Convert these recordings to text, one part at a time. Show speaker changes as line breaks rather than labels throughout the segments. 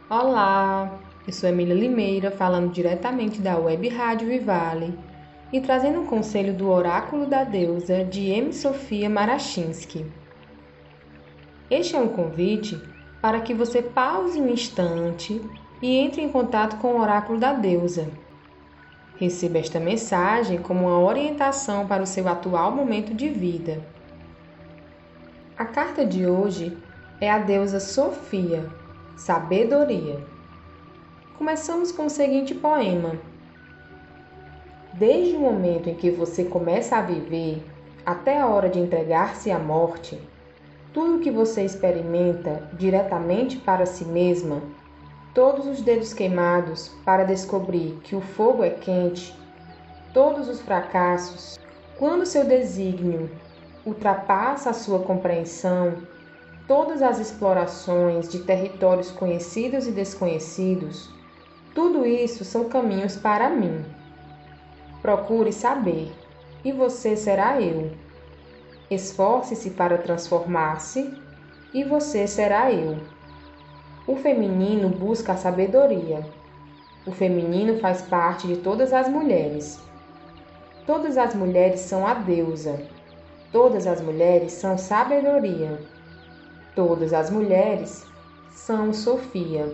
Olá, eu sou Emília Limeira, falando diretamente da Web Rádio Vivale e trazendo um conselho do Oráculo da Deusa de M. Sofia Marachinsky. Este é um convite para que você pause um instante e entre em contato com o Oráculo da Deusa. Receba esta mensagem como uma orientação para o seu atual momento de vida. A carta de hoje é a deusa Sofia, Sabedoria. Começamos com o seguinte poema. Desde o momento em que você começa a viver até a hora de entregar-se à morte, tudo o que você experimenta diretamente para si mesma, todos os dedos queimados para descobrir que o fogo é quente, todos os fracassos, quando seu desígnio ultrapassa a sua compreensão, todas as explorações de territórios conhecidos e desconhecidos, tudo isso são caminhos para mim. Procure saber, e você será eu. Esforce-se para transformar-se, e você será eu. O feminino busca a sabedoria. O feminino faz parte de todas as mulheres. Todas as mulheres são a deusa. Todas as mulheres são sabedoria. Todas as mulheres são Sofia.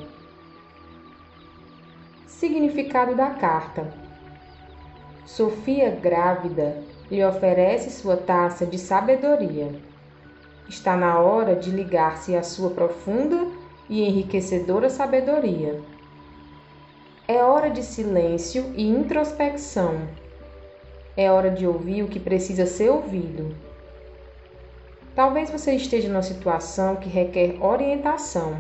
Significado da carta. Sofia grávida lhe oferece sua taça de sabedoria. Está na hora de ligar-se à sua profunda e enriquecedora sabedoria. É hora de silêncio e introspecção. É hora de ouvir o que precisa ser ouvido. Talvez você esteja numa situação que requer orientação.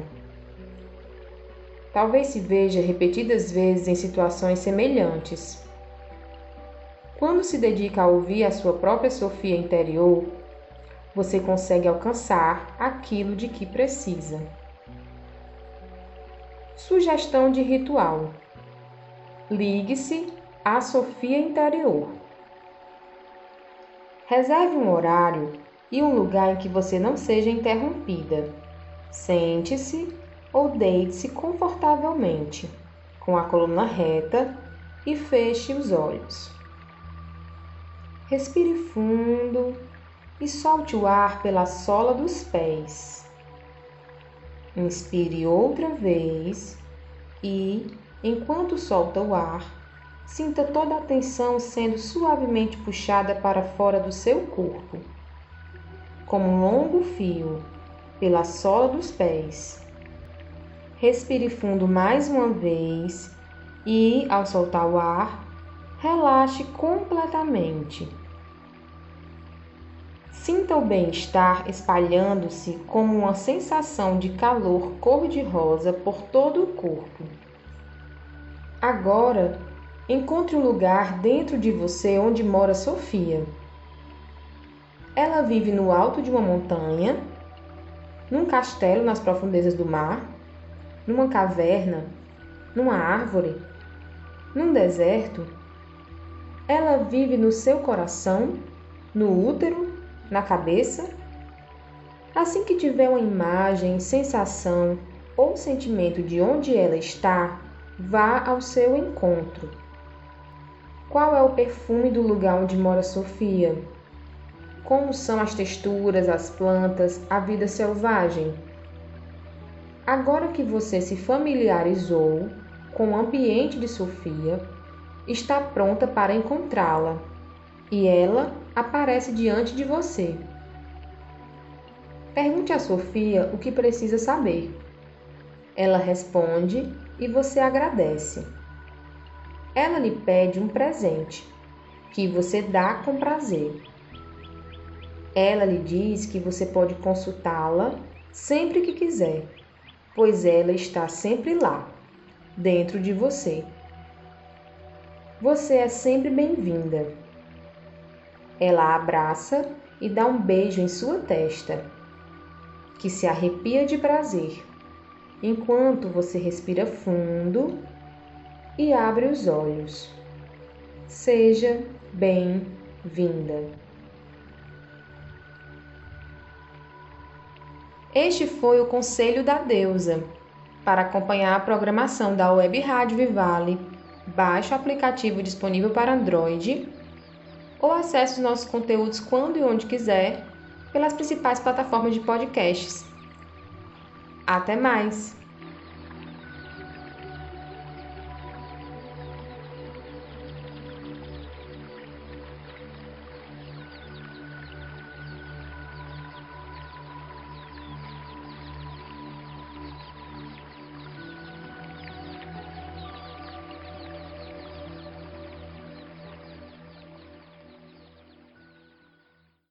Talvez se veja repetidas vezes em situações semelhantes. Quando se dedica a ouvir a sua própria Sofia interior, você consegue alcançar aquilo de que precisa. Sugestão de ritual: ligue-se à Sofia interior. Reserve um horário e um lugar em que você não seja interrompida. Sente-se ou deite-se confortavelmente, com a coluna reta, e feche os olhos. Respire fundo e solte o ar pela sola dos pés. Inspire outra vez e, enquanto solta o ar, sinta toda a tensão sendo suavemente puxada para fora do seu corpo, como um longo fio, pela sola dos pés. Respire fundo mais uma vez e, ao soltar o ar, relaxe completamente. Sinta o bem-estar espalhando-se como uma sensação de calor cor-de-rosa por todo o corpo. Agora, encontre um lugar dentro de você onde mora Sofia. Ela vive no alto de uma montanha, num castelo nas profundezas do mar, numa caverna, numa árvore, num deserto. Ela vive no seu coração, no útero, na cabeça. Assim que tiver uma imagem, sensação ou sentimento de onde ela está, vá ao seu encontro. Qual é o perfume do lugar onde mora Sofia? Como são as texturas, as plantas, a vida selvagem? Agora que você se familiarizou com o ambiente de Sofia, está pronta para encontrá-la, e ela aparece diante de você. Pergunte a Sofia o que precisa saber. Ela responde e você agradece. Ela lhe pede um presente, que você dá com prazer. Ela lhe diz que você pode consultá-la sempre que quiser, pois ela está sempre lá, dentro de você. Você é sempre bem-vinda. Ela a abraça e dá um beijo em sua testa, que se arrepia de prazer, enquanto você respira fundo e abre os olhos. Seja bem-vinda. Este foi o conselho da deusa. Para acompanhar a programação da Web Rádio Vivale, baixe o aplicativo disponível para Android ou acesse os nossos conteúdos quando e onde quiser pelas principais plataformas de podcasts. Até mais!